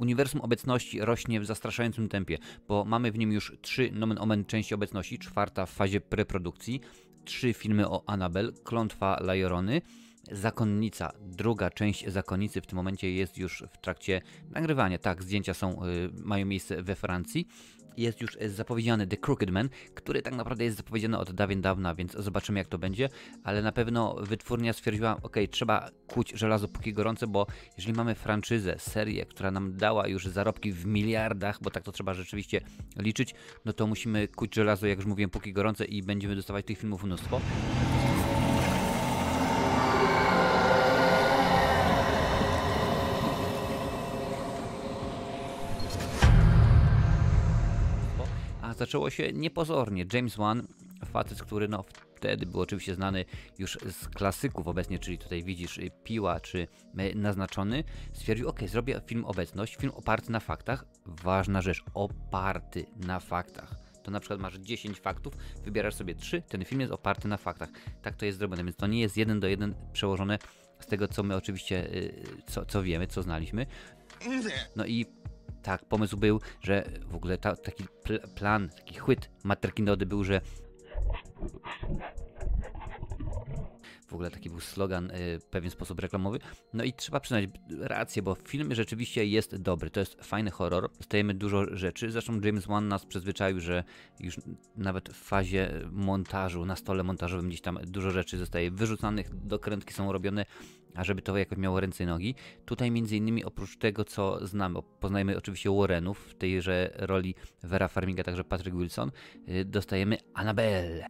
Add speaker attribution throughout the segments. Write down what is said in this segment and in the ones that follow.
Speaker 1: Uniwersum obecności rośnie w zastraszającym tempie, bo mamy w nim już 3 nomen omen części obecności, 4. w fazie preprodukcji, 3 filmy o Annabelle, Klątwa La Llorony, Zakonnica, 2. część Zakonnicy w tym momencie jest już w trakcie nagrywania. Tak, zdjęcia mają miejsce we Francji. Jest już zapowiedziany The Crooked Man, który tak naprawdę jest zapowiedziany od dawien dawna, więc zobaczymy jak to będzie, ale na pewno wytwórnia stwierdziła, ok, trzeba kuć żelazo póki gorące, bo jeżeli mamy franczyzę, serię, która nam dała już zarobki w miliardach, bo tak to trzeba rzeczywiście liczyć, no to musimy kuć żelazo, jak już mówiłem, póki gorące i będziemy dostawać tych filmów mnóstwo. Zaczęło się niepozornie. James Wan, facet, który no wtedy był oczywiście znany już z klasyków obecnie, czyli tutaj widzisz Piła czy Naznaczony, stwierdził, ok, zrobię film Obecność, film oparty na faktach. Ważna rzecz, oparty na faktach. To na przykład masz 10 faktów, wybierasz sobie 3, ten film jest oparty na faktach. Tak to jest zrobione, więc to nie jest 1 do 1 przełożone z tego, co my oczywiście, co wiemy, co znaliśmy. No i tak, pomysł był, że w ogóle taki plan, taki chwyt Materkinody był, że w ogóle taki był slogan w pewien sposób reklamowy. No i trzeba przyznać rację, bo film rzeczywiście jest dobry. To jest fajny horror, dostajemy dużo rzeczy. Zresztą James Wan nas przyzwyczaił, że już nawet w fazie montażu, na stole montażowym gdzieś tam dużo rzeczy zostaje wyrzucanych, dokrętki są robione, a żeby to jakoś miało ręce i nogi. Tutaj między innymi oprócz tego, co znamy, poznajemy oczywiście Warrenów, w tejże roli Vera Farmiga, także Patrick Wilson, dostajemy Annabelle.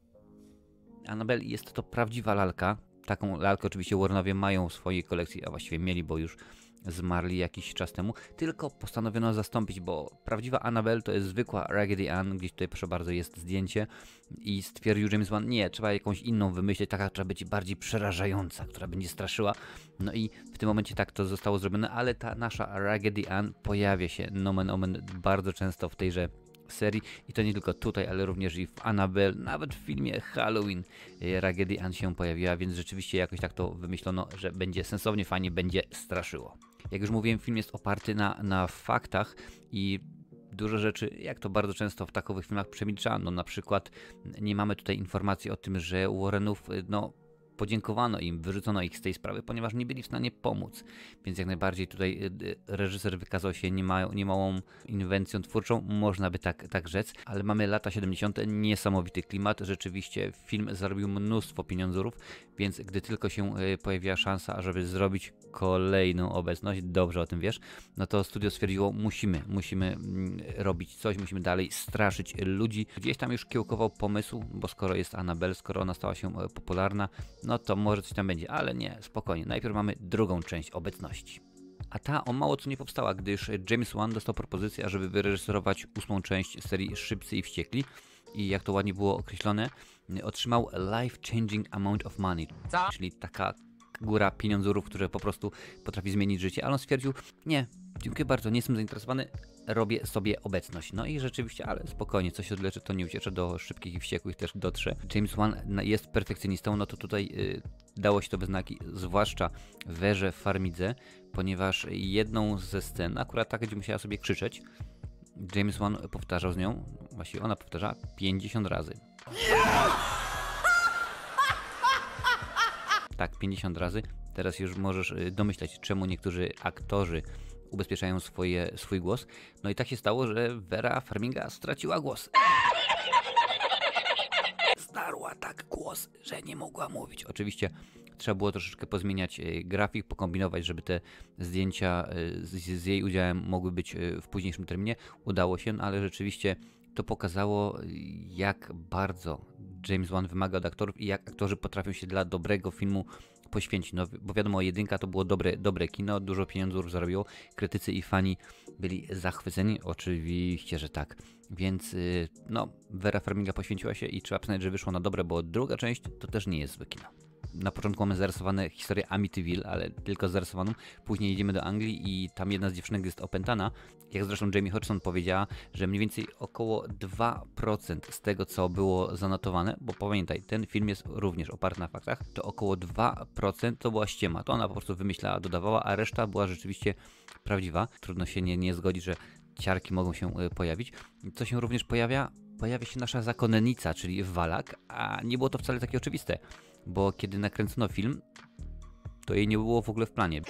Speaker 1: Annabelle jest to prawdziwa lalka. Taką lalkę oczywiście Warrenowie mają w swojej kolekcji, a właściwie mieli, bo już zmarli jakiś czas temu. Tylko postanowiono zastąpić, bo prawdziwa Annabelle to jest zwykła Raggedy Ann. Gdzieś tutaj proszę bardzo jest zdjęcie. I stwierdził James Wan, nie, trzeba jakąś inną wymyślić, taka trzeba być bardziej przerażająca, która będzie straszyła. No i w tym momencie tak to zostało zrobione, ale ta nasza Raggedy Ann pojawia się nomen omen bardzo często w tejże serii i to nie tylko tutaj, ale również i w Annabelle, nawet w filmie Halloween Raggedy Ann się pojawiła, więc rzeczywiście jakoś tak to wymyślono, że będzie sensownie, fajnie, będzie straszyło. Jak już mówiłem, film jest oparty na faktach i dużo rzeczy, jak to bardzo często w takowych filmach przemilczano. Na przykład nie mamy tutaj informacji o tym, że Warrenów, podziękowano im, wyrzucono ich z tej sprawy, ponieważ nie byli w stanie pomóc. Więc jak najbardziej tutaj reżyser wykazał się niemałą inwencją twórczą, można by tak rzec, ale mamy lata 70., niesamowity klimat, rzeczywiście film zarobił mnóstwo pieniądzów, więc gdy tylko się pojawiła szansa, żeby zrobić kolejną obecność, dobrze o tym wiesz, no to studio stwierdziło, musimy robić coś, musimy dalej straszyć ludzi. Gdzieś tam już kiełkował pomysł, bo skoro jest Annabelle, skoro ona stała się popularna, no to może coś tam będzie, ale nie, spokojnie. Najpierw mamy drugą część obecności. A ta o mało co nie powstała, gdyż James Wan dostał propozycję, ażeby wyreżyserować 8. część serii Szybcy i Wściekli i jak to ładnie było określone, otrzymał life-changing amount of money, czyli taka góra pieniądzurów, które po prostu potrafi zmienić życie, ale on stwierdził, nie, dziękuję bardzo, nie jestem zainteresowany, robię sobie obecność. No i rzeczywiście, ale spokojnie, co się odleczy, to nie uciecze, do Szybkich i Wściekłych też dotrze. James Wan jest perfekcjonistą, no to tutaj dało się to we znaki, zwłaszcza Verze Farmidze, ponieważ jedną ze scen, akurat tak, gdzie musiała sobie krzyczeć, James Wan powtarzał z nią, właściwie ona powtarza 50 razy. Tak, 50 razy. Teraz już możesz domyślać, czemu niektórzy aktorzy ubezpieczają swój głos. No i tak się stało, że Vera Farmiga straciła głos. Starła tak głos, że nie mogła mówić. Oczywiście trzeba było troszeczkę pozmieniać grafik, pokombinować, żeby te zdjęcia z jej udziałem mogły być w późniejszym terminie. Udało się, ale rzeczywiście to pokazało, jak bardzo James Wan wymaga od aktorów i jak aktorzy potrafią się dla dobrego filmu poświęcić. No, bo wiadomo, jedynka to było dobre kino, dużo pieniędzów zarobiło, krytycy i fani byli zachwyceni, oczywiście, że tak. Więc Vera Farmiga poświęciła się i trzeba przyznać, że wyszło na dobre, bo druga część to też nie jest złe kino. na początku mamy zarysowane historię Amityville, ale tylko zarysowaną. Później jedziemy do Anglii i tam jedna z dziewczynek jest opętana. Jak zresztą Jamie Hodgson powiedziała, że mniej więcej około 2% z tego, co było zanotowane, bo pamiętaj, ten film jest również oparty na faktach, to około 2% to była ściema. To ona po prostu wymyślała, dodawała, a reszta była rzeczywiście prawdziwa. Trudno się nie zgodzić, że ciarki mogą się pojawić. Co się również pojawia? Pojawia się nasza zakonnica, czyli Valak, a nie było to wcale takie oczywiste, bo kiedy nakręcono film, to jej nie było w ogóle w planie.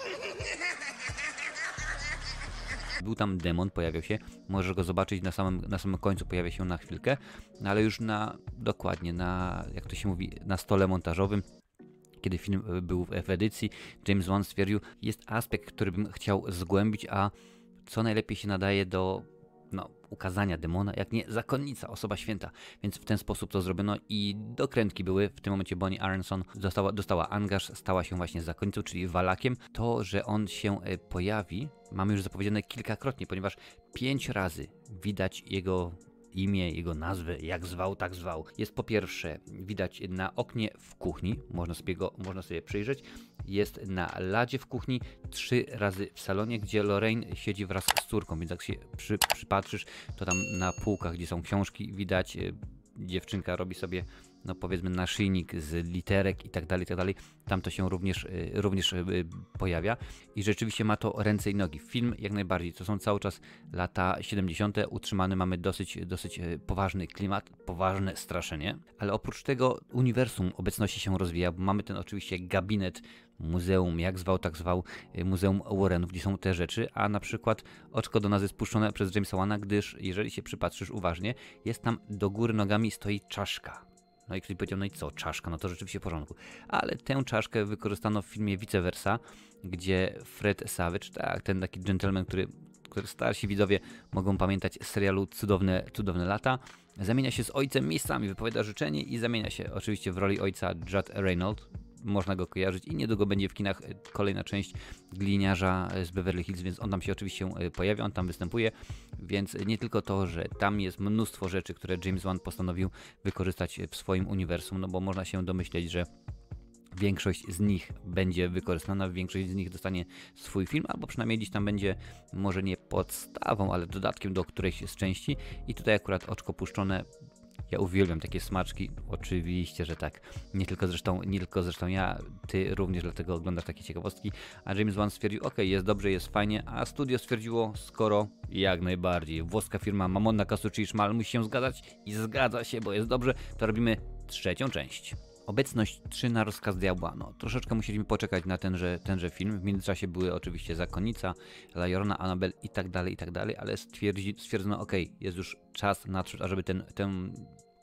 Speaker 1: Był tam demon, pojawiał się, możesz go zobaczyć na samym końcu, pojawia się na chwilkę, no ale już dokładnie na, jak to się mówi, na stole montażowym, kiedy film był w edycji, James Wan stwierdził, jest aspekt, który bym chciał zgłębić, a co najlepiej się nadaje do ukazania demona, jak nie zakonnica, osoba święta. Więc w ten sposób to zrobiono i dokrętki były. W tym momencie Bonnie Aronson dostała angaż, stała się właśnie zakonnicą, czyli Valakiem. To, że on się pojawi, mamy już zapowiedziane kilkakrotnie, ponieważ 5 razy widać jego imię, jego nazwę, jak zwał, tak zwał. Jest po pierwsze widać na oknie w kuchni, można sobie przyjrzeć. Jest na ladzie w kuchni, 3 razy w salonie, gdzie Lorraine siedzi wraz z córką, więc jak się przypatrzysz, to tam na półkach, gdzie są książki, widać dziewczynka robi sobie, powiedzmy, naszyjnik z literek i tak dalej, tam to się również pojawia i rzeczywiście ma to ręce i nogi. Film jak najbardziej, to są cały czas lata 70. utrzymany, mamy dosyć poważny klimat, poważne straszenie, ale oprócz tego uniwersum obecności się rozwija, bo mamy ten oczywiście gabinet, muzeum, jak zwał, tak zwał, Muzeum Warrenów, gdzie są te rzeczy, a na przykład oczko do nas jest puszczone przez Jamesa Wana, gdyż jeżeli się przypatrzysz uważnie, jest tam do góry nogami stoi czaszka. No i ktoś powiedział, no i co, czaszka, no to rzeczywiście w porządku. Ale tę czaszkę wykorzystano w filmie Vice Versa, gdzie Fred Savage, tak, ten taki gentleman, który starsi widzowie mogą pamiętać z serialu Cudowne lata, zamienia się z ojcem miejscami, wypowiada życzenie i zamienia się oczywiście w roli ojca Judd Reynolds. Można go kojarzyć i niedługo będzie w kinach kolejna część Gliniarza z Beverly Hills, więc on tam się oczywiście pojawia, on tam występuje, więc nie tylko to, że tam jest mnóstwo rzeczy, które James Wan postanowił wykorzystać w swoim uniwersum, no bo można się domyśleć, że większość z nich będzie wykorzystana, większość z nich dostanie swój film, albo przynajmniej gdzieś tam będzie, może nie podstawą, ale dodatkiem do którejś z części i tutaj akurat oczko puszczone. Ja uwielbiam takie smaczki, oczywiście, że tak. Nie tylko zresztą ja, ty również dlatego oglądasz takie ciekawostki. A James Wan stwierdził, ok, jest dobrze, jest fajnie, a studio stwierdziło, skoro jak najbardziej. Włoska firma Mamona Casucci Szmal musi się zgadzać i zgadza się, bo jest dobrze, to robimy 3. część. Obecność 3 na rozkaz diabła. No, troszeczkę musieliśmy poczekać na tenże film. W międzyczasie były oczywiście Zakonnica, La Llorona, Annabelle i tak dalej, ale stwierdzono, ok, jest już czas nadszedł, ażeby ten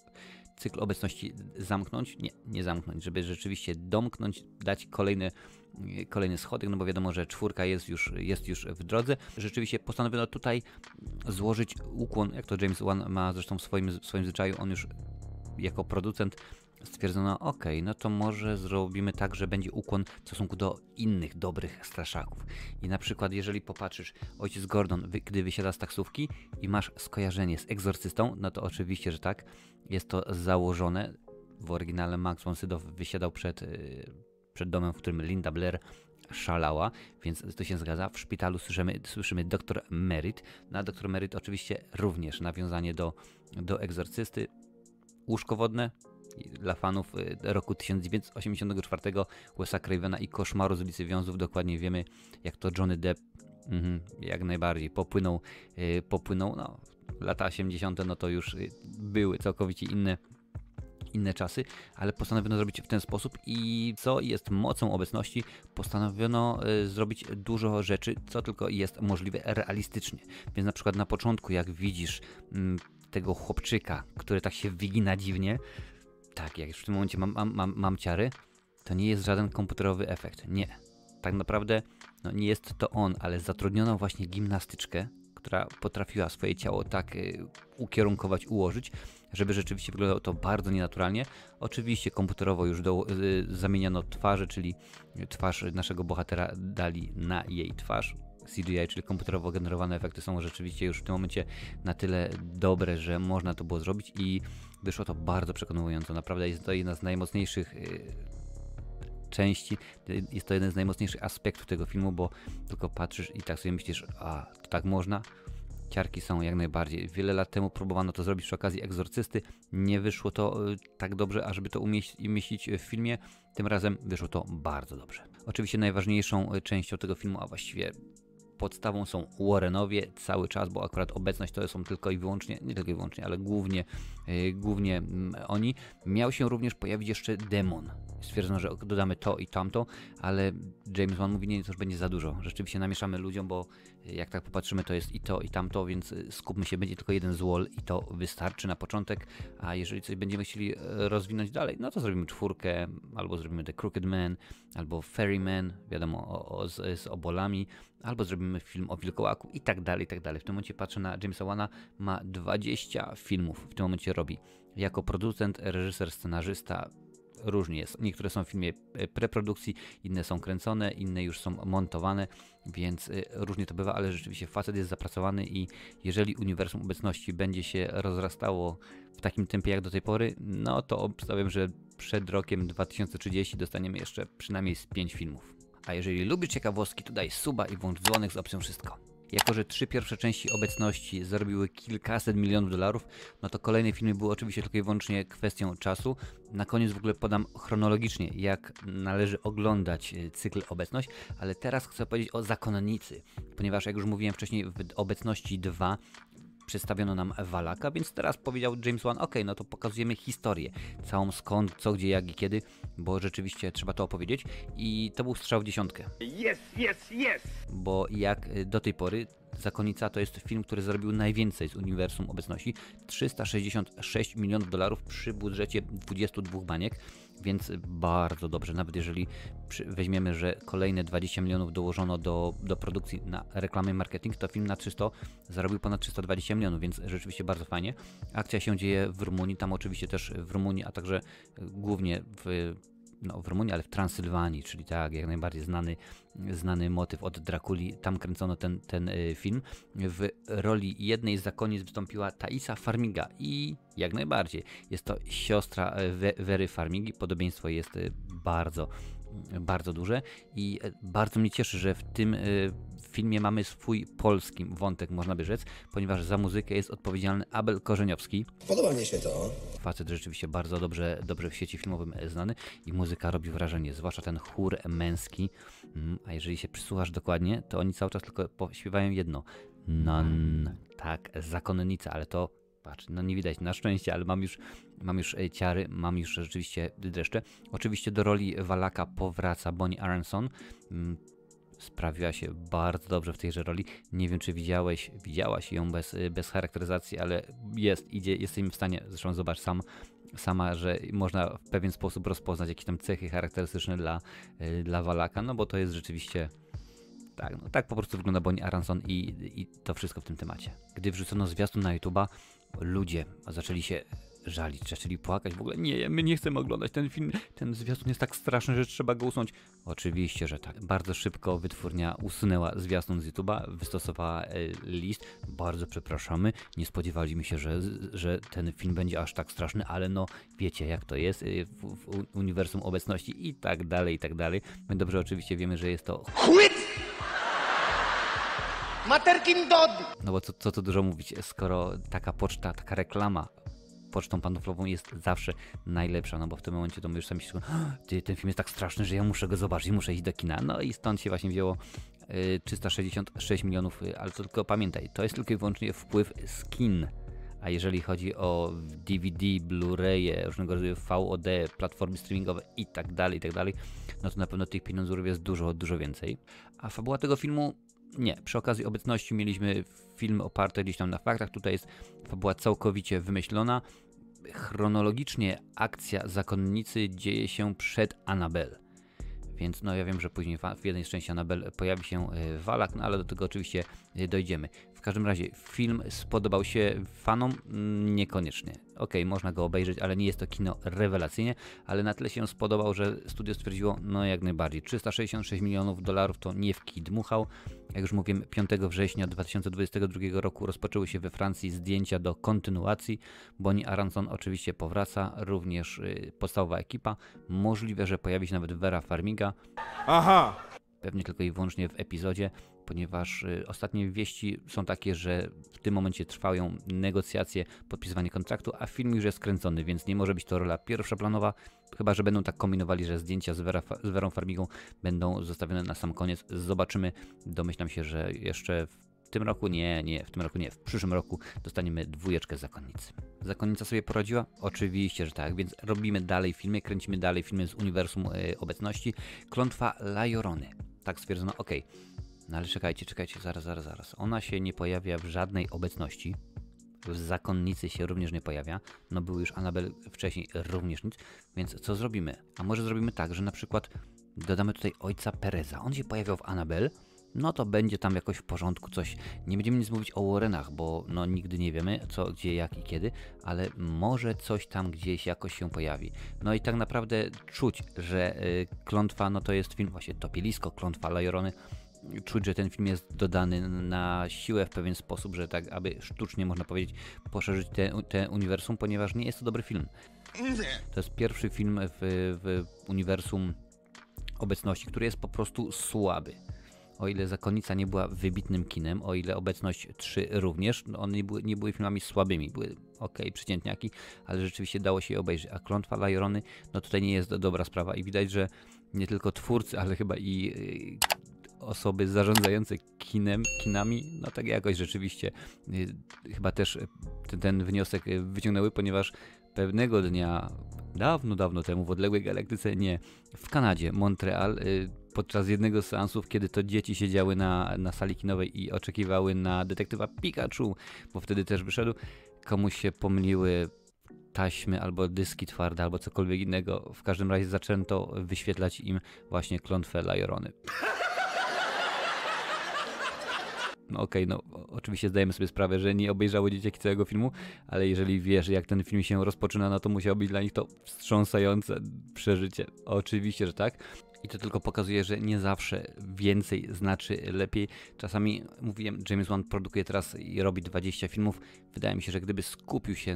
Speaker 1: cykl obecności zamknąć. Nie zamknąć, żeby rzeczywiście domknąć, dać kolejny schodek, no bo wiadomo, że 4 jest już w drodze. Rzeczywiście postanowiono tutaj złożyć ukłon, jak to James Wan ma zresztą w swoim zwyczaju, on już jako producent stwierdzono, ok, no to może zrobimy tak, że będzie ukłon w stosunku do innych dobrych straszaków. I na przykład, jeżeli popatrzysz, ojciec Gordon, gdy wysiada z taksówki i masz skojarzenie z egzorcystą, no to oczywiście, że tak, jest to założone. W oryginale Max von Sydow wysiadał przed domem, w którym Linda Blair szalała, więc to się zgadza. W szpitalu słyszymy Dr. Merritt. Na Dr. Merritt oczywiście również nawiązanie do egzorcysty. Łóżko wodne dla fanów roku 1984 Wesa Cravena i Koszmaru z ulicy Wiązów. Dokładnie wiemy, jak to Johnny Depp jak najbardziej popłynął. No, lata 80. no to już były całkowicie inne czasy, ale postanowiono zrobić w ten sposób i co jest mocą obecności, postanowiono zrobić dużo rzeczy, co tylko jest możliwe realistycznie. Więc na przykład na początku, jak widzisz tego chłopczyka, który tak się wygina dziwnie, tak, jak już w tym momencie mam ciary, to nie jest żaden komputerowy efekt. Nie. Tak naprawdę nie jest to on, ale zatrudniono właśnie gimnastyczkę, która potrafiła swoje ciało tak ukierunkować, ułożyć, żeby rzeczywiście wyglądało to bardzo nienaturalnie. Oczywiście komputerowo już zamieniano twarze, czyli twarz naszego bohatera dali na jej twarz. CGI, czyli komputerowo generowane efekty są rzeczywiście już w tym momencie na tyle dobre, że można to było zrobić i wyszło to bardzo przekonująco. Naprawdę jest to jedna z najmocniejszych części. Jest to jeden z najmocniejszych aspektów tego filmu, bo tylko patrzysz i tak sobie myślisz, a to tak można? Ciarki są jak najbardziej. Wiele lat temu próbowano to zrobić przy okazji Egzorcysty. Nie wyszło to tak dobrze, ażeby to umieścić w filmie. Tym razem wyszło to bardzo dobrze. Oczywiście najważniejszą częścią tego filmu, a właściwie podstawą są Warrenowie cały czas, bo akurat obecność to są tylko i wyłącznie, nie tylko i wyłącznie, ale głównie oni. Miał się również pojawić jeszcze demon. Stwierdzono, że dodamy to i tamto, ale James Wan mówi, nie, to już będzie za dużo. Rzeczywiście namieszamy ludziom, bo jak tak popatrzymy, to jest i to i tamto, więc skupmy się, będzie tylko jeden złol i to wystarczy na początek, a jeżeli coś będziemy chcieli rozwinąć dalej, no to zrobimy 4, albo zrobimy The Crooked Man, albo Ferryman, wiadomo, z obolami, albo zrobimy film o wilkołaku i tak dalej, i tak dalej. W tym momencie patrzę na Jamesa Wana, ma 20 filmów, w tym momencie robi. Jako producent, reżyser, scenarzysta, różnie jest. Niektóre są w filmie preprodukcji, inne są kręcone, inne już są montowane, więc różnie to bywa, ale rzeczywiście facet jest zapracowany i jeżeli uniwersum obecności będzie się rozrastało w takim tempie jak do tej pory, no to obstawiam, że przed rokiem 2030 dostaniemy jeszcze przynajmniej z 5 filmów. A jeżeli lubisz ciekawostki, to daj suba i włącz dzwonek z opcją wszystko. Jako że 3 pierwsze części obecności zarobiły kilkaset milionów dolarów, no to kolejne filmy były oczywiście tylko i wyłącznie kwestią czasu. Na koniec w ogóle podam chronologicznie, jak należy oglądać cykl Obecność, ale teraz chcę powiedzieć o Zakonnicy, ponieważ jak już mówiłem wcześniej, w Obecności 2 przedstawiono nam Valaka, więc teraz powiedział James Wan, ok, no to pokazujemy historię, całą skąd, co, gdzie, jak i kiedy, bo rzeczywiście trzeba to opowiedzieć i to był strzał w dziesiątkę. Yes! Bo jak do tej pory Zakonnica to jest film, który zarobił najwięcej z uniwersum obecności, 366 milionów dolarów przy budżecie 22 baniek, więc bardzo dobrze, nawet jeżeli weźmiemy, że kolejne 20 milionów dołożono do produkcji na reklamę i marketing, to film na 300 zarobił ponad 320 milionów, więc rzeczywiście bardzo fajnie. Akcja się dzieje w Rumunii, tam oczywiście też w Rumunii, a także głównie w Rumunii, ale w Transylwanii, czyli tak, jak najbardziej znany motyw od Drakuli, tam kręcono ten film. W roli jednej z zakonnic wystąpiła Thaisa Farmiga i jak najbardziej jest to siostra Wery Farmigi, podobieństwo jest bardzo duże i bardzo mnie cieszy, że w tym filmie mamy swój polski wątek, można by rzec, ponieważ za muzykę jest odpowiedzialny Abel Korzeniowski.
Speaker 2: Podoba mi się to.
Speaker 1: Facet rzeczywiście bardzo dobrze w świecie filmowym znany i muzyka robi wrażenie, zwłaszcza ten chór męski, a jeżeli się przysłuchasz dokładnie, to oni cały czas tylko śpiewają jedno. Tak, Zakonnica, ale to patrz, no nie widać na szczęście, ale mam już ciary, mam już rzeczywiście dreszcze. Oczywiście do roli Valaka powraca Bonnie Aronson. Sprawiła się bardzo dobrze w tejże roli. Nie wiem, czy widziałaś ją bez charakteryzacji, ale jesteśmy w stanie, zresztą zobacz sama, że można w pewien sposób rozpoznać jakieś tam cechy charakterystyczne dla Valaka, no bo to jest rzeczywiście tak po prostu wygląda Bonnie Aronson i to wszystko w tym temacie. Gdy wrzucono zwiastun na YouTube'a, ludzie zaczęli się żalić, zaczęli płakać, w ogóle nie, my nie chcemy oglądać ten film, ten zwiastun jest tak straszny, że trzeba go usunąć. Oczywiście, że tak. Bardzo szybko wytwórnia usunęła zwiastun z YouTube'a, wystosowała list, bardzo przepraszamy, nie spodziewaliśmy się, że ten film będzie aż tak straszny, ale no wiecie jak to jest w uniwersum obecności i tak dalej. My dobrze oczywiście wiemy, że jest to Materkin Dodd! No bo co tu dużo mówić, skoro taka poczta, taka reklama pocztą pantoflową jest zawsze najlepsza, no bo w tym momencie to my już sami się ten film jest tak straszny, że ja muszę go zobaczyć, muszę iść do kina. No i stąd się właśnie wzięło 366 milionów, ale to tylko pamiętaj, to jest tylko i wyłącznie wpływ z kin. A jeżeli chodzi o DVD, Blu-raye, różnego rodzaju VOD, platformy streamingowe i tak dalej, no to na pewno tych pieniądzów jest dużo więcej. A fabuła tego filmu? Nie, przy okazji obecności mieliśmy film oparty gdzieś tam na faktach, tutaj jest fabuła całkowicie wymyślona. Chronologicznie akcja Zakonnicy dzieje się przed Annabelle. Więc no ja wiem, że później w jednej z części Annabelle pojawi się Valak, no ale do tego oczywiście dojdziemy. W każdym razie film spodobał się fanom? Niekoniecznie. Okej, można go obejrzeć, ale nie jest to kino rewelacyjnie, ale na tyle się spodobał, że studio stwierdziło, no jak najbardziej. 366 milionów dolarów to nie w kij dmuchał. Jak już mówiłem, 5 września 2022 roku rozpoczęły się we Francji zdjęcia do kontynuacji. Bonnie Aronson oczywiście powraca, również podstawowa ekipa. Możliwe, że pojawi się nawet Vera Farmiga. Aha! Pewnie tylko i wyłącznie w epizodzie, ponieważ ostatnie wieści są takie, że w tym momencie trwają negocjacje, podpisywanie kontraktu, a film już jest kręcony, więc nie może być to rola pierwszoplanowa, chyba że będą tak kombinowali, że zdjęcia z Verą Farmigą będą zostawione na sam koniec. Zobaczymy, domyślam się, że jeszcze w tym roku, w przyszłym roku dostaniemy 2 Zakonnicy. Zakonnica sobie poradziła? Oczywiście, że tak, więc robimy dalej filmy, kręcimy dalej filmy z uniwersum obecności. Klątwa La Llorony. Tak stwierdzono, no ale czekajcie, zaraz. Ona się nie pojawia w żadnej obecności. W Zakonnicy się również nie pojawia. No był już Annabelle wcześniej, również nic. Więc co zrobimy? A może zrobimy tak, że na przykład dodamy tutaj ojca Pereza. On się pojawiał w Annabelle. No to będzie tam jakoś w porządku coś. Nie będziemy nic mówić o Warrenach, bo no nigdy nie wiemy co, gdzie, jak i kiedy, ale może coś tam gdzieś jakoś się pojawi. No i tak naprawdę czuć, że Klątwa, no to jest film, właśnie Topielisko, Klątwa La Llorony. Czuć, że ten film jest dodany na siłę w pewien sposób, że tak, aby sztucznie, można powiedzieć, poszerzyć te uniwersum, ponieważ nie jest to dobry film. To jest pierwszy film w uniwersum obecności, który jest po prostu słaby. O ile Zakonnica nie była wybitnym kinem, o ile Obecność 3 również, no one nie były filmami słabymi, były przeciętniaki, ale rzeczywiście dało się je obejrzeć. A Klątwa La Llorony, no tutaj nie jest dobra sprawa i widać, że nie tylko twórcy, ale chyba i osoby zarządzające kinami, no tak jakoś rzeczywiście chyba też ten wniosek wyciągnęły, ponieważ pewnego dnia, dawno temu, w odległej galaktyce, w Kanadzie, Montreal, podczas jednego z seansów, kiedy to dzieci siedziały na sali kinowej i oczekiwały na detektywa Pikachu, bo wtedy też wyszedł, komuś się pomyliły taśmy albo dyski twarde, albo cokolwiek innego. W każdym razie zaczęto wyświetlać im właśnie Klątwę La Llorony. No oczywiście zdajemy sobie sprawę, że nie obejrzały dzieciaki całego filmu, ale jeżeli wiesz, jak ten film się rozpoczyna, no to musiało być dla nich to wstrząsające przeżycie. Oczywiście, że tak. I to tylko pokazuje, że nie zawsze więcej znaczy lepiej. Czasami, mówiłem, James Wan produkuje teraz i robi 20 filmów. Wydaje mi się, że gdyby skupił się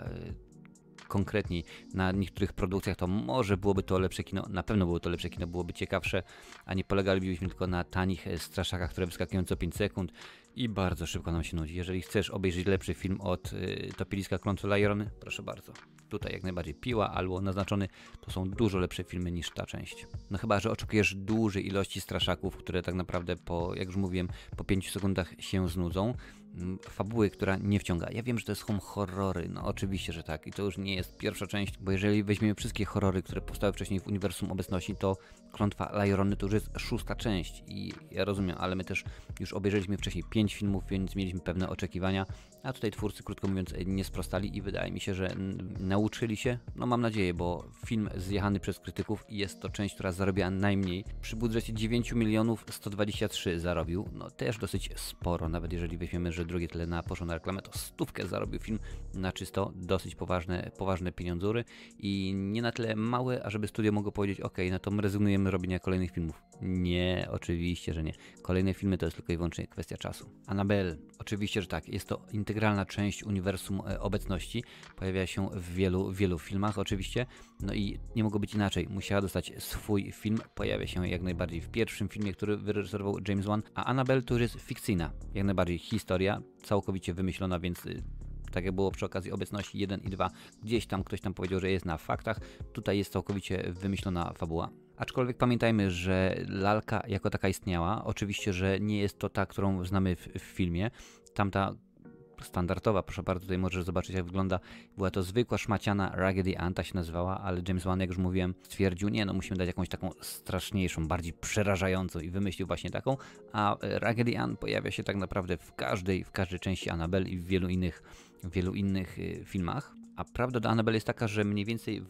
Speaker 1: konkretniej na niektórych produkcjach, to może byłoby to lepsze kino, na pewno byłoby to lepsze kino, byłoby ciekawsze, a nie polegalibyśmy tylko na tanich straszakach, które wyskakują co 5 sekund i bardzo szybko nam się nudzi. Jeżeli chcesz obejrzeć lepszy film od Topieliska, Klątwy La Llorony, proszę bardzo. Tutaj jak najbardziej Piła albo Naznaczony to są dużo lepsze filmy niż ta część. No chyba, że oczekujesz dużej ilości straszaków, które tak naprawdę jak już mówiłem, po 5 sekundach się znudzą. Fabuły, która nie wciąga. Ja wiem, że to są horrory, no oczywiście, że tak. I to już nie jest pierwsza część, bo jeżeli weźmiemy wszystkie horrory, które powstały wcześniej w uniwersum obecności, to Klątwa La Llorony to już jest 6. część. I ja rozumiem, ale my też już obejrzeliśmy wcześniej 5 filmów, więc mieliśmy pewne oczekiwania, a tutaj twórcy, krótko mówiąc, nie sprostali i wydaje mi się, że nauczyli się, no mam nadzieję, bo film zjechany przez krytyków i jest to część, która zarobiła najmniej. Przy budżecie 9 milionów 123 zarobił, no też dosyć sporo, nawet jeżeli weźmiemy, że drugie tyle poszło na reklamę, to 100 zarobił film na czysto, dosyć poważne pieniądzury i nie na tyle małe, ażeby studio mogło powiedzieć, no to my rezygnujemy z robienia kolejnych filmów. Nie, oczywiście, że nie. Kolejne filmy to jest tylko i wyłącznie kwestia czasu. Annabelle, oczywiście, że tak, jest to integralna część uniwersum obecności, pojawia się w wielu filmach oczywiście, no i nie mogło być inaczej, musiała dostać swój film, pojawia się jak najbardziej w pierwszym filmie, który wyreżyserował James Wan, a Annabelle to już jest fikcyjna, jak najbardziej historia, całkowicie wymyślona, więc tak jak było przy okazji obecności 1 i 2, gdzieś tam ktoś tam powiedział, że jest na faktach, tutaj jest całkowicie wymyślona fabuła. Aczkolwiek pamiętajmy, że lalka jako taka istniała, oczywiście, że nie jest to ta, którą znamy w filmie, tamta standardowa, proszę bardzo, tutaj możesz zobaczyć jak wygląda, była to zwykła szmaciana Raggedy Ann, ta się nazywała, ale James Wan, jak już mówiłem, stwierdził, musimy dać jakąś taką straszniejszą, bardziej przerażającą i wymyślił właśnie taką, a Raggedy Ann pojawia się tak naprawdę w każdej części Annabelle i w wielu innych filmach, a prawda do Annabelle jest taka, że mniej więcej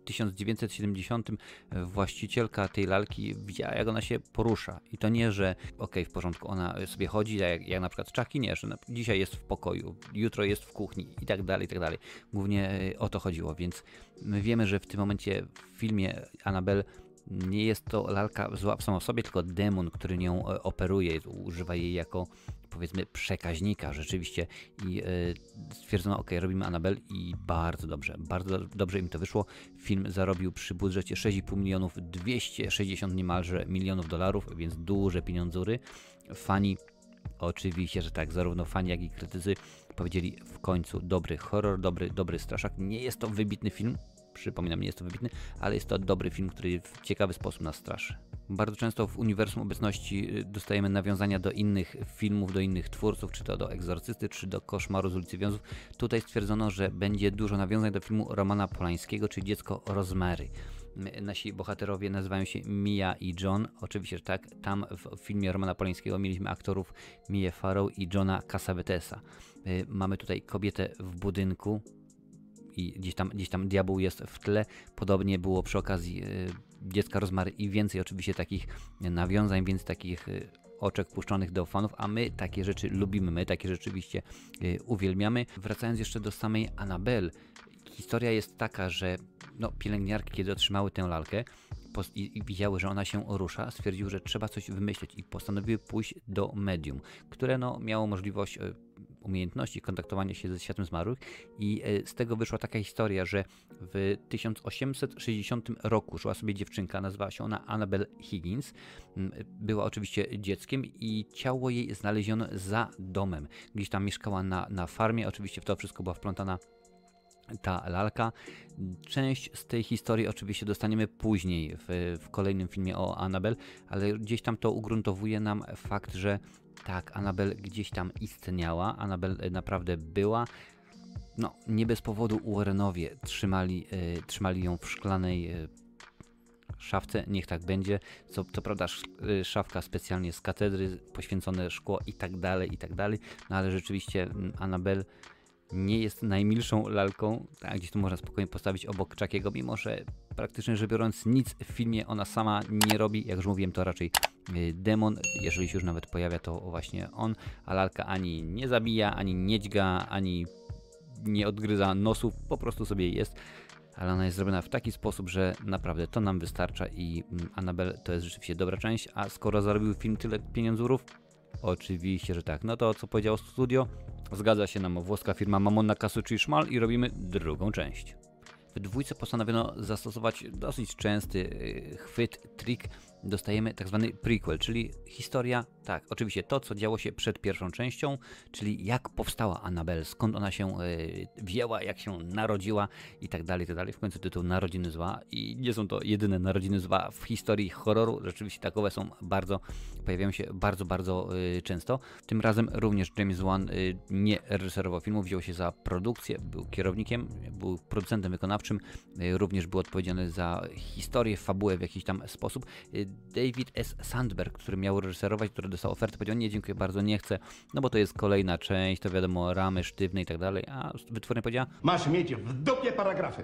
Speaker 1: 1970 właścicielka tej lalki widziała, jak ona się porusza. I to nie, że okej, w porządku, ona sobie chodzi, jak na przykład Chucky, nie, że dzisiaj jest w pokoju, jutro jest w kuchni i tak dalej, i tak dalej. Głównie o to chodziło, więc my wiemy, że w tym momencie w filmie Annabelle nie jest to lalka zła sama w sobie, tylko demon, który nią operuje, używa jej jako, powiedzmy, przekaźnika rzeczywiście i stwierdzono, ok, robimy Annabelle i bardzo dobrze im to wyszło. Film zarobił przy budżecie 6,5 milionów, 260 niemalże milionów dolarów, więc duże pieniądzury. Fani, oczywiście, że tak, zarówno fani, jak i krytycy powiedzieli w końcu dobry horror, dobry straszak. Nie jest to wybitny film, przypominam, nie jest to wybitny, ale jest to dobry film, który w ciekawy sposób nas straszy. Bardzo często w uniwersum obecności dostajemy nawiązania do innych filmów, do innych twórców, czy to do Egzorcysty, czy do Koszmaru z ulicy Wiązów. Tutaj stwierdzono, że będzie dużo nawiązań do filmu Romana Polańskiego, czyli Dziecko Rosemary. Nasi bohaterowie nazywają się Mia i John. Oczywiście, że tak. Tam w filmie Romana Polańskiego mieliśmy aktorów Mię Farrow i Johna Cassavetesa. Mamy tutaj kobietę w budynku i gdzieś tam diabeł jest w tle. Podobnie było przy okazji Dziecka Rosemary i więcej oczywiście takich nawiązań, więcej takich oczek puszczonych do fanów, a my takie rzeczy lubimy, my takie rzeczywiście uwielbiamy. Wracając jeszcze do samej Annabelle, historia jest taka, że pielęgniarki, kiedy otrzymały tę lalkę i widziały, że ona się rusza, stwierdziły, że trzeba coś wymyślić i postanowiły pójść do medium, które miało możliwość umiejętności kontaktowania się ze światem zmarłych i z tego wyszła taka historia, że w 1860 roku żyła sobie dziewczynka, nazywała się ona Annabelle Higgins, była oczywiście dzieckiem i ciało jej znaleziono za domem, gdzieś tam mieszkała na farmie, oczywiście w to wszystko była wplątana ta lalka. Część z tej historii oczywiście dostaniemy później w kolejnym filmie o Annabelle, ale gdzieś tam to ugruntowuje nam fakt, że tak, Annabelle gdzieś tam istniała, Annabelle naprawdę była. Nie bez powodu Warrenowie trzymali ją w szklanej szafce, niech tak będzie. To prawda, szafka specjalnie z katedry, poświęcone szkło i tak dalej, ale rzeczywiście Annabelle nie jest najmilszą lalką, tak, gdzieś tu można spokojnie postawić obok Chuckiego, mimo że praktycznie rzecz biorąc nic w filmie ona sama nie robi, jak już mówiłem, to raczej demon, jeżeli się już nawet pojawia, to właśnie on, a lalka ani nie zabija, ani nie dźga, ani nie odgryza nosów, po prostu sobie jest, ale ona jest zrobiona w taki sposób, że naprawdę to nam wystarcza i Annabelle to jest rzeczywiście dobra część, a skoro zarobił film tyle pieniądzurów, oczywiście, że tak. No to co powiedziało studio? Zgadza się nam włoska firma Mamona Casucci Szmal i robimy drugą część. W dwójce postanowiono zastosować dosyć częsty chwyt, trik. Dostajemy tak zwany prequel, czyli historia, tak, oczywiście to, co działo się przed pierwszą częścią, czyli jak powstała Annabelle, skąd ona się wzięła, jak się narodziła i tak dalej, w końcu tytuł Narodziny Zła i nie są to jedyne Narodziny Zła w historii horroru, rzeczywiście takowe są pojawiają się bardzo często. Tym razem również James Wan nie reżyserował filmu, wziął się za produkcję, był kierownikiem, był producentem wykonawczym, również był odpowiedzialny za historię, fabułę w jakiś tam sposób. David S. Sandberg, który miał reżyserować, który dostał ofertę, powiedział: nie, dziękuję bardzo, nie chcę, bo to jest kolejna część, to wiadomo, ramy sztywne i tak dalej, a wytwórnia powiedziała:
Speaker 2: masz mieć w dupie paragrafy.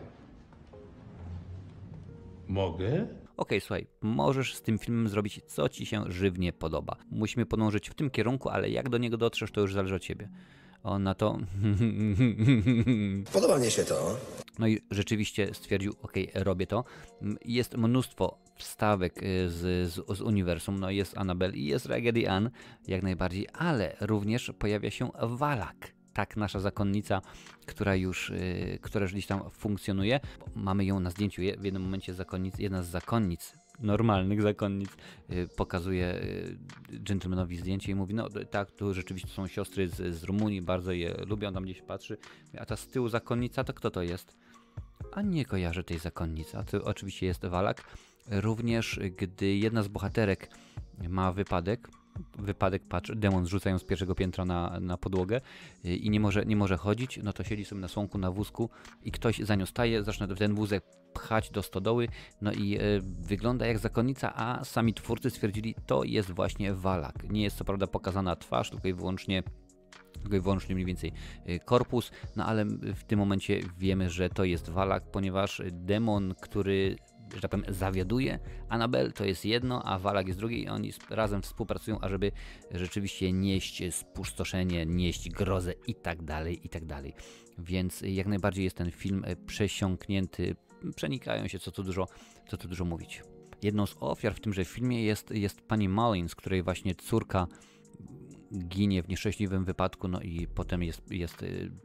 Speaker 3: Mogę?
Speaker 1: Okej, słuchaj, możesz z tym filmem zrobić, co ci się żywnie podoba. Musimy podążyć w tym kierunku, ale jak do niego dotrzesz, to już zależy od ciebie. On na to...
Speaker 4: Podoba mnie się to.
Speaker 1: No i rzeczywiście stwierdził: okej, robię to. Jest mnóstwo wstawek z uniwersum, jest Annabelle i jest Raggedy Ann, jak najbardziej, ale również pojawia się Valak. Tak, nasza zakonnica, która już gdzieś tam funkcjonuje. Mamy ją na zdjęciu, w jednym momencie jedna z zakonnic, normalnych zakonnic, pokazuje dżentelmenowi zdjęcie i mówi: no tak, tu rzeczywiście są siostry z Rumunii, bardzo je lubią, on tam gdzieś patrzy, a ta z tyłu zakonnica, to kto to jest? A nie kojarzę tej zakonnicy, a to oczywiście jest Valak. Również gdy jedna z bohaterek ma wypadek, patrz, demon zrzuca ją z pierwszego piętra na podłogę i nie może chodzić, to siedzi sobie na słonku, na wózku i ktoś za nią staje, zaczyna ten wózek pchać do stodoły, i wygląda jak zakonnica, a sami twórcy stwierdzili, to jest właśnie Valak. Nie jest co prawda pokazana twarz, tylko i wyłącznie tylko i wyłącznie mniej więcej korpus, no ale w tym momencie wiemy, że to jest Valak, ponieważ demon, który, że tak powiem, zawiaduje Annabelle, to jest jedno, a Valak jest drugi i oni razem współpracują, ażeby rzeczywiście nieść spustoszenie, nieść grozę i tak dalej, i tak dalej. Więc jak najbardziej jest ten film przesiąknięty, przenikają się, co tu dużo mówić. Jedną z ofiar w tymże filmie jest pani Mullins, której właśnie córka ginie w nieszczęśliwym wypadku, no i potem jest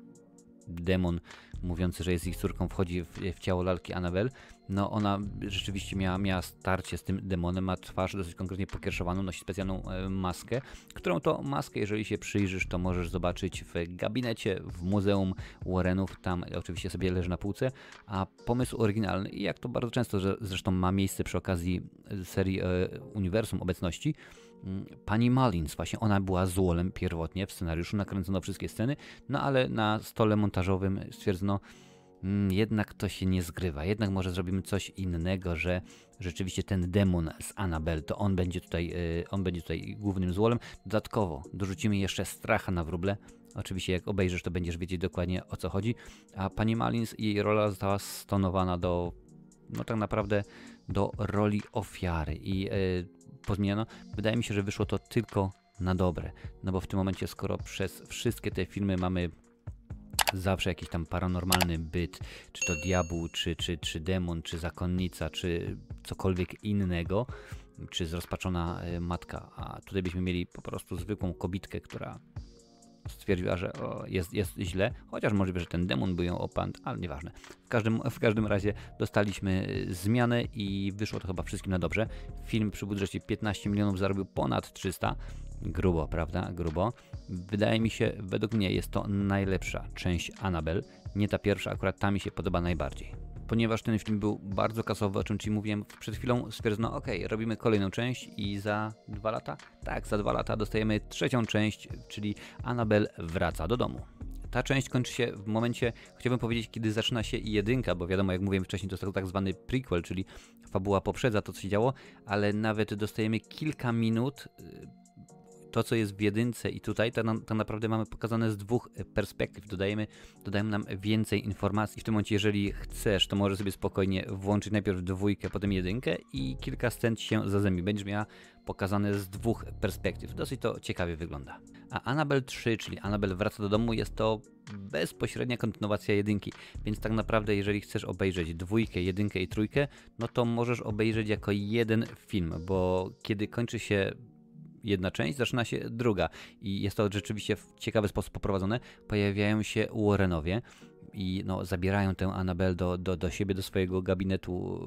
Speaker 1: demon mówiący, że jest ich córką, wchodzi w ciało lalki Annabelle. No ona rzeczywiście miała starcie z tym demonem, ma twarz dosyć konkretnie pokiereszowaną, nosi specjalną maskę, którą to maskę, jeżeli się przyjrzysz, to możesz zobaczyć w gabinecie w Muzeum Warrenów, tam oczywiście sobie leży na półce, a pomysł oryginalny, i jak to bardzo często zresztą ma miejsce przy okazji serii Uniwersum Obecności, pani Mullins, właśnie ona była złolem pierwotnie, w scenariuszu nakręcono wszystkie sceny, no ale na stole montażowym stwierdzono, jednak to się nie zgrywa, jednak może zrobimy coś innego, że rzeczywiście ten demon z Annabelle, to on będzie tutaj głównym złolem. Dodatkowo dorzucimy jeszcze stracha na wróble. Oczywiście jak obejrzysz, to będziesz wiedzieć dokładnie, o co chodzi, a pani Mullins, jej rola została stonowana do, no tak naprawdę do roli ofiary i pozmieniano. Wydaje mi się, że wyszło to tylko na dobre, no bo w tym momencie, skoro przez wszystkie te filmy mamy zawsze jakiś tam paranormalny byt, czy to diabeł, czy demon, czy zakonnica, czy cokolwiek innego, czy zrozpaczona matka, a tutaj byśmy mieli po prostu zwykłą kobitkę, która stwierdziła, że jest źle, chociaż możliwe, że ten demon by ją opadł, ale nieważne. W każdym razie dostaliśmy zmianę i wyszło to chyba wszystkim na dobrze. Film przy budżecie 15 milionów zarobił ponad 300. Grubo, prawda? Grubo. Wydaje mi się, według mnie jest to najlepsza część Annabelle. Nie ta pierwsza, akurat ta mi się podoba najbardziej. Ponieważ ten film był bardzo kasowy, o czym Ci mówiłem przed chwilą, stwierdzono, ok, robimy kolejną część i za 2 lata? Tak, za 2 lata dostajemy trzecią część, czyli Annabelle wraca do domu. Ta część kończy się w momencie, chciałbym powiedzieć, kiedy zaczyna się jedynka, bo wiadomo, jak mówiłem wcześniej, to jest tak zwany prequel, czyli fabuła poprzedza to, co się działo, ale nawet dostajemy kilka minut. To, co jest w jedynce i tutaj, tak naprawdę mamy pokazane z dwóch perspektyw. Dodajemy nam więcej informacji. W tym momencie, jeżeli chcesz, to możesz sobie spokojnie włączyć najpierw dwójkę, potem jedynkę i kilka scen się zazębi. Będziesz miała pokazane z dwóch perspektyw. Dosyć to ciekawie wygląda. A Annabelle 3, czyli Annabelle wraca do domu, jest to bezpośrednia kontynuacja jedynki. Więc tak naprawdę, jeżeli chcesz obejrzeć dwójkę, jedynkę i trójkę, no to możesz obejrzeć jako jeden film, bo kiedy kończy się jedna część, zaczyna się druga i jest to rzeczywiście w ciekawy sposób poprowadzone. Pojawiają się Warrenowie i no, zabierają tę Annabelle do siebie, do swojego gabinetu,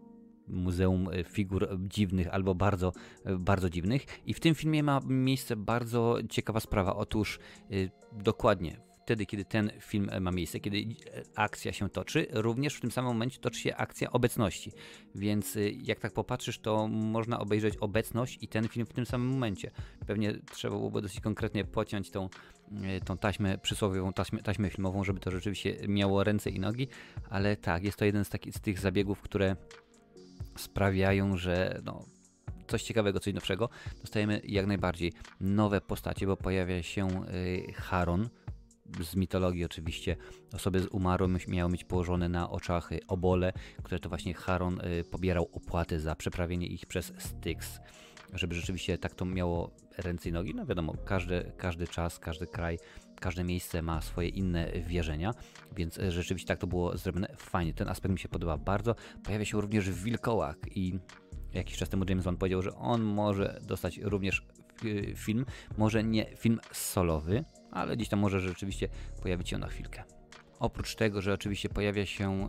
Speaker 1: muzeum figur dziwnych albo bardzo, bardzo dziwnych. I w tym filmie ma miejsce bardzo ciekawa sprawa. Otóż dokładnie wtedy, kiedy ten film ma miejsce, kiedy akcja się toczy, również w tym samym momencie toczy się akcja obecności. Więc jak tak popatrzysz, to można obejrzeć obecność i ten film w tym samym momencie. Pewnie trzeba byłoby dosyć konkretnie pociąć tą taśmę przysłowiową, taśmę filmową, żeby to rzeczywiście miało ręce i nogi, ale tak, jest to jeden z tych zabiegów, które sprawiają, że no, coś ciekawego, coś nowszego. Dostajemy jak najbardziej nowe postacie, bo pojawia się Charon, z mitologii oczywiście. Osoby umarłe miały mieć położone na oczach obole, które to właśnie Charon pobierał opłaty za przeprawienie ich przez Styx, żeby rzeczywiście tak to miało ręce i nogi. No wiadomo, każdy czas, każdy kraj, każde miejsce ma swoje inne wierzenia, więc rzeczywiście tak to było zrobione fajnie. Ten aspekt mi się podoba bardzo. Pojawia się również wilkołak i jakiś czas temu James Wan powiedział, że on może dostać również film, może nie film solowy, ale gdzieś tam może rzeczywiście pojawić się na chwilkę. Oprócz tego, że oczywiście pojawia się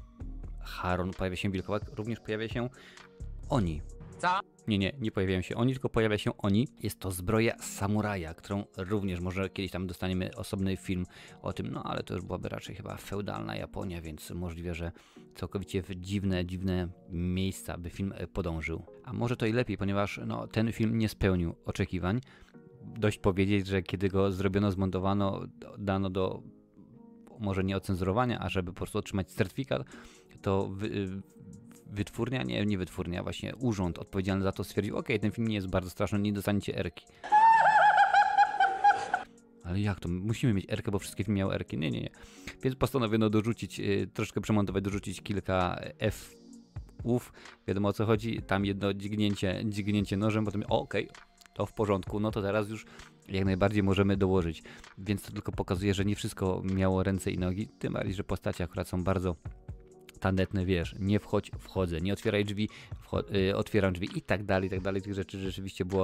Speaker 1: Charon, pojawia się wilkołak, również pojawia się Oni.
Speaker 3: Co?
Speaker 1: Nie pojawiają się oni, tylko pojawia się Oni. Jest to zbroja samuraja, którą również może kiedyś tam dostaniemy osobny film o tym, no ale to już byłaby raczej chyba feudalna Japonia, więc możliwe, że całkowicie w dziwne miejsca by film podążył. A może to i lepiej, ponieważ no, ten film nie spełnił oczekiwań. Dość powiedzieć, że kiedy go zrobiono, zmontowano, dano do może nie ocenzurowania, a żeby po prostu otrzymać certyfikat, to wytwórnia, nie wytwórnia, właśnie urząd odpowiedzialny za to stwierdził, ok, ten film nie jest bardzo straszny, nie dostaniecie erki. Ale jak to? Musimy mieć R-kę, bo wszystkie filmy miały R-ki. Nie. Więc postanowiono dorzucić, troszkę przemontować, dorzucić kilka F-ów. Wiadomo o co chodzi. Tam jedno dźgnięcie nożem, potem okej, to w porządku. No to teraz już jak najbardziej możemy dołożyć. Więc to tylko pokazuje, że nie wszystko miało ręce i nogi. Tym bardziej, że postacie akurat są bardzo tandetne, wiesz, nie wchodź, wchodzę, nie otwieraj drzwi, otwieram drzwi i tak dalej. Tych rzeczy rzeczywiście było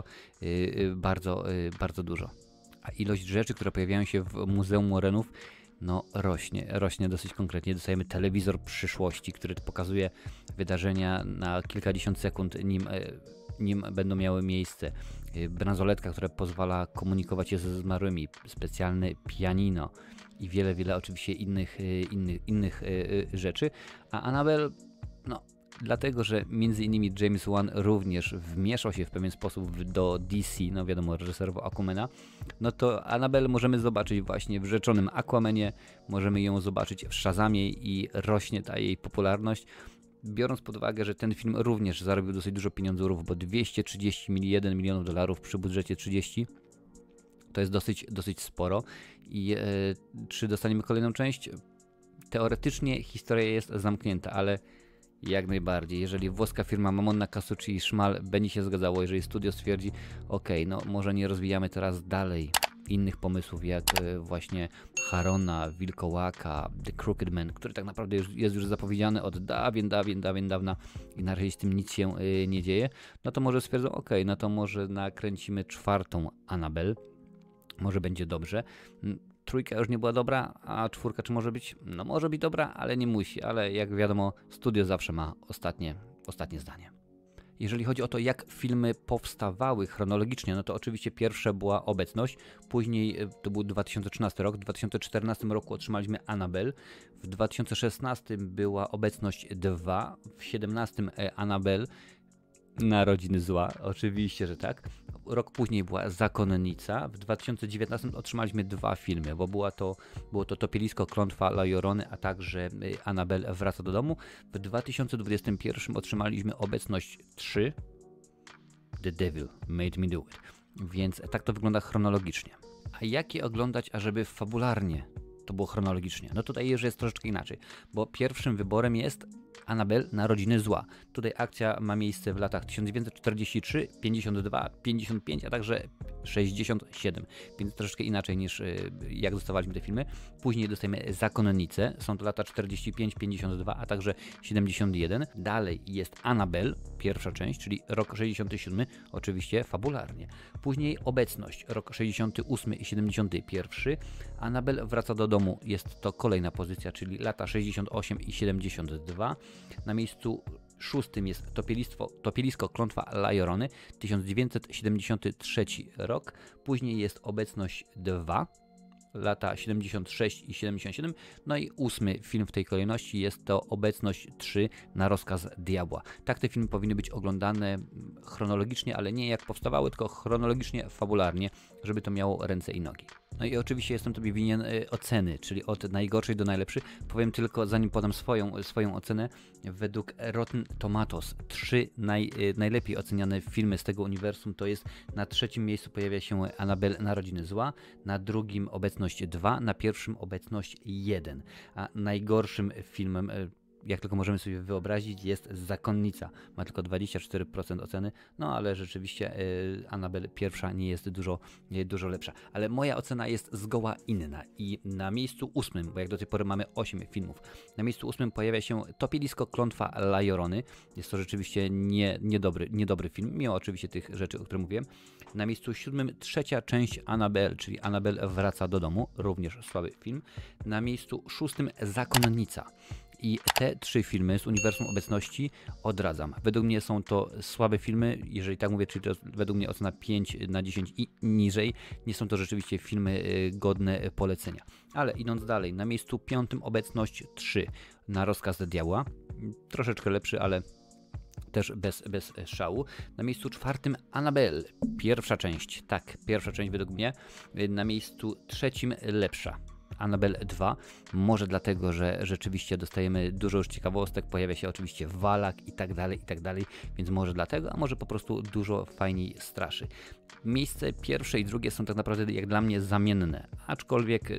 Speaker 1: bardzo dużo. A ilość rzeczy, które pojawiają się w Muzeum Morenów, no rośnie dosyć konkretnie. Dostajemy telewizor przyszłości, który pokazuje wydarzenia na kilkadziesiąt sekund, nim będą miały miejsce. Bransoletka, która pozwala komunikować się ze zmarłymi, specjalne pianino i wiele oczywiście innych rzeczy. A Annabelle, no dlatego, że między innymi James Wan również wmieszał się w pewien sposób do DC, no wiadomo, reżyserował Aquamana, no to Annabelle możemy zobaczyć właśnie w rzeczonym Aquamanie, możemy ją zobaczyć w Shazamie i rośnie ta jej popularność. Biorąc pod uwagę, że ten film również zarobił dosyć dużo pieniądzów, bo 231 milionów dolarów przy budżecie 30, to jest dosyć sporo. I czy dostaniemy kolejną część? Teoretycznie historia jest zamknięta, ale jak najbardziej. Jeżeli włoska firma Mamonna Casucci i Szmal będzie się zgadzało, jeżeli studio stwierdzi, no może nie rozwijamy teraz dalej innych pomysłów, jak właśnie Harona, Wilkołaka, The Crooked Man, który tak naprawdę jest już zapowiedziany od dawna i na razie z tym nic się nie dzieje, no to może stwierdzą, no to może nakręcimy czwartą Annabelle, może będzie dobrze. Trójka już nie była dobra, a czwórka czy może być? No może być dobra, ale nie musi, ale jak wiadomo, studio zawsze ma ostatnie zdanie. Jeżeli chodzi o to, jak filmy powstawały chronologicznie, no to oczywiście pierwsze była Obecność, później to był 2013 rok, w 2014 roku otrzymaliśmy Annabelle, w 2016 była Obecność 2, w 2017 Annabelle, Narodziny Zła, oczywiście, że tak. Rok później była Zakonnica, w 2019 otrzymaliśmy dwa filmy, bo było to Topielisko, Klątwa La Llorony, a także Annabelle wraca do domu. W 2021 otrzymaliśmy Obecność 3, The Devil Made Me Do It, więc tak to wygląda chronologicznie. A jak je oglądać, ażeby fabularnie to było chronologicznie? No tutaj już jest troszeczkę inaczej, bo pierwszym wyborem jest Annabelle Narodziny Zła. Tutaj akcja ma miejsce w latach 1943, 52, 55, a także 67, więc troszeczkę inaczej niż jak dostawaliśmy te filmy. Później dostajemy Zakonnicę, są to lata 45, 52, a także 71. Dalej jest Annabelle, pierwsza część, czyli rok 67, oczywiście fabularnie. Później Obecność, rok 68 i 71. Annabelle wraca do domu, jest to kolejna pozycja, czyli lata 68 i 72. Na miejscu szóstym jest Topielisko, Klątwa La Llorony, 1973 rok. Później jest Obecność 2, lata 76 i 77. No i ósmy film w tej kolejności jest to Obecność 3 na rozkaz diabła. Tak te filmy powinny być oglądane chronologicznie, ale nie jak powstawały, tylko chronologicznie, fabularnie, żeby to miało ręce i nogi. No i oczywiście jestem Tobie winien oceny, czyli od najgorszej do najlepszej. Powiem tylko, zanim podam swoją ocenę, według Rotten Tomatoes 3 najlepiej oceniane filmy z tego uniwersum to jest: na trzecim miejscu pojawia się Annabelle Narodziny Zła, na drugim Obecność 2, na pierwszym Obecność 1, a najgorszym filmem, jak tylko możemy sobie wyobrazić, jest Zakonnica. Ma tylko 24% oceny, no ale rzeczywiście Annabelle pierwsza nie jest dużo lepsza. Ale moja ocena jest zgoła inna i na miejscu ósmym, bo jak do tej pory mamy 8 filmów, na miejscu ósmym pojawia się Topielisko, Klątwa La Llorony. Jest to rzeczywiście niedobry film, mimo oczywiście tych rzeczy, o których mówiłem. Na miejscu siódmym trzecia część Annabelle, czyli Annabelle wraca do domu, również słaby film. Na miejscu szóstym Zakonnica. I te trzy filmy z uniwersum Obecności odradzam. Według mnie są to słabe filmy, jeżeli tak mówię, czyli to według mnie ocena 5 na 10 i niżej. Nie są to rzeczywiście filmy godne polecenia. Ale idąc dalej, na miejscu piątym Obecność 3 na rozkaz diabła. Troszeczkę lepszy, ale też bez szału. Na miejscu czwartym Annabelle, pierwsza część. Tak, pierwsza część według mnie. Na miejscu trzecim lepsza. Annabelle 2. Może dlatego, że rzeczywiście dostajemy dużo już ciekawostek, pojawia się oczywiście walak i tak dalej, więc może dlatego, a może po prostu dużo fajniej straszy. Miejsce pierwsze i drugie są tak naprawdę jak dla mnie zamienne, aczkolwiek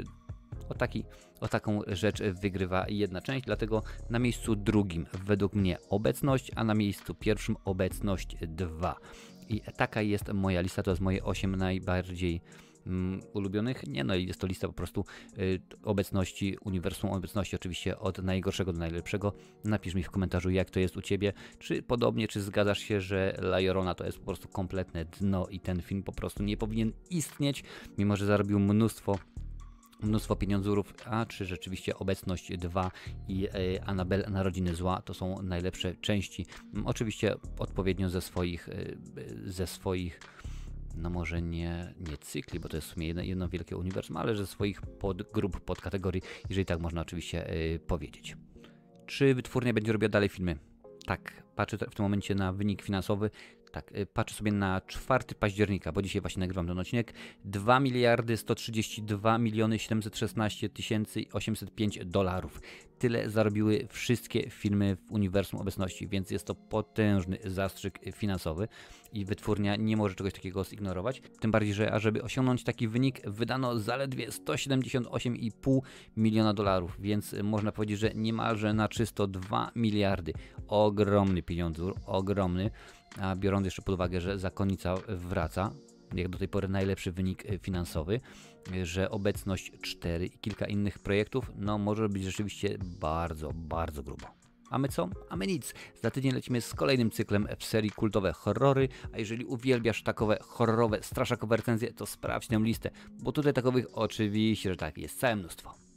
Speaker 1: o taką rzecz wygrywa jedna część, dlatego na miejscu drugim według mnie Obecność, a na miejscu pierwszym Obecność 2. I taka jest moja lista, to jest moje 8 najbardziej ulubionych. Nie, no i jest to lista po prostu obecności, uniwersum obecności, oczywiście od najgorszego do najlepszego. Napisz mi w komentarzu, jak to jest u Ciebie, czy podobnie, czy zgadzasz się, że La Llorona to jest po prostu kompletne dno i ten film po prostu nie powinien istnieć, mimo że zarobił mnóstwo pieniądzów, a czy rzeczywiście Obecność 2 i Annabelle Narodziny Zła to są najlepsze części, oczywiście odpowiednio ze swoich no może nie cykli, bo to jest w sumie jedno wielkie uniwersum, ale ze swoich podgrup, podkategorii, jeżeli tak można oczywiście powiedzieć. Czy wytwórnia będzie robiła dalej filmy? Tak, patrzę w tym momencie na wynik finansowy. Tak, patrzę sobie na 4 października, bo dzisiaj właśnie nagrywam ten odcinek. 2 miliardy 132 miliony 716 805 dolarów. Tyle zarobiły wszystkie filmy w uniwersum obecności, więc jest to potężny zastrzyk finansowy i wytwórnia nie może czegoś takiego zignorować. Tym bardziej, że ażeby osiągnąć taki wynik, wydano zaledwie 178,5 miliona dolarów, więc można powiedzieć, że niemalże na czysto 2 miliardy. Ogromny pieniądz, ogromny. A biorąc jeszcze pod uwagę, że Zakonnica wraca, jak do tej pory najlepszy wynik finansowy, że Obecność 4 i kilka innych projektów, no może być rzeczywiście bardzo, bardzo grubo. A my co? A my nic. Za tydzień lecimy z kolejnym cyklem w serii kultowe horrory, a jeżeli uwielbiasz takowe horrorowe, straszakowe recenzje, to sprawdź tę listę, bo tutaj takowych oczywiście, że tak, jest całe mnóstwo.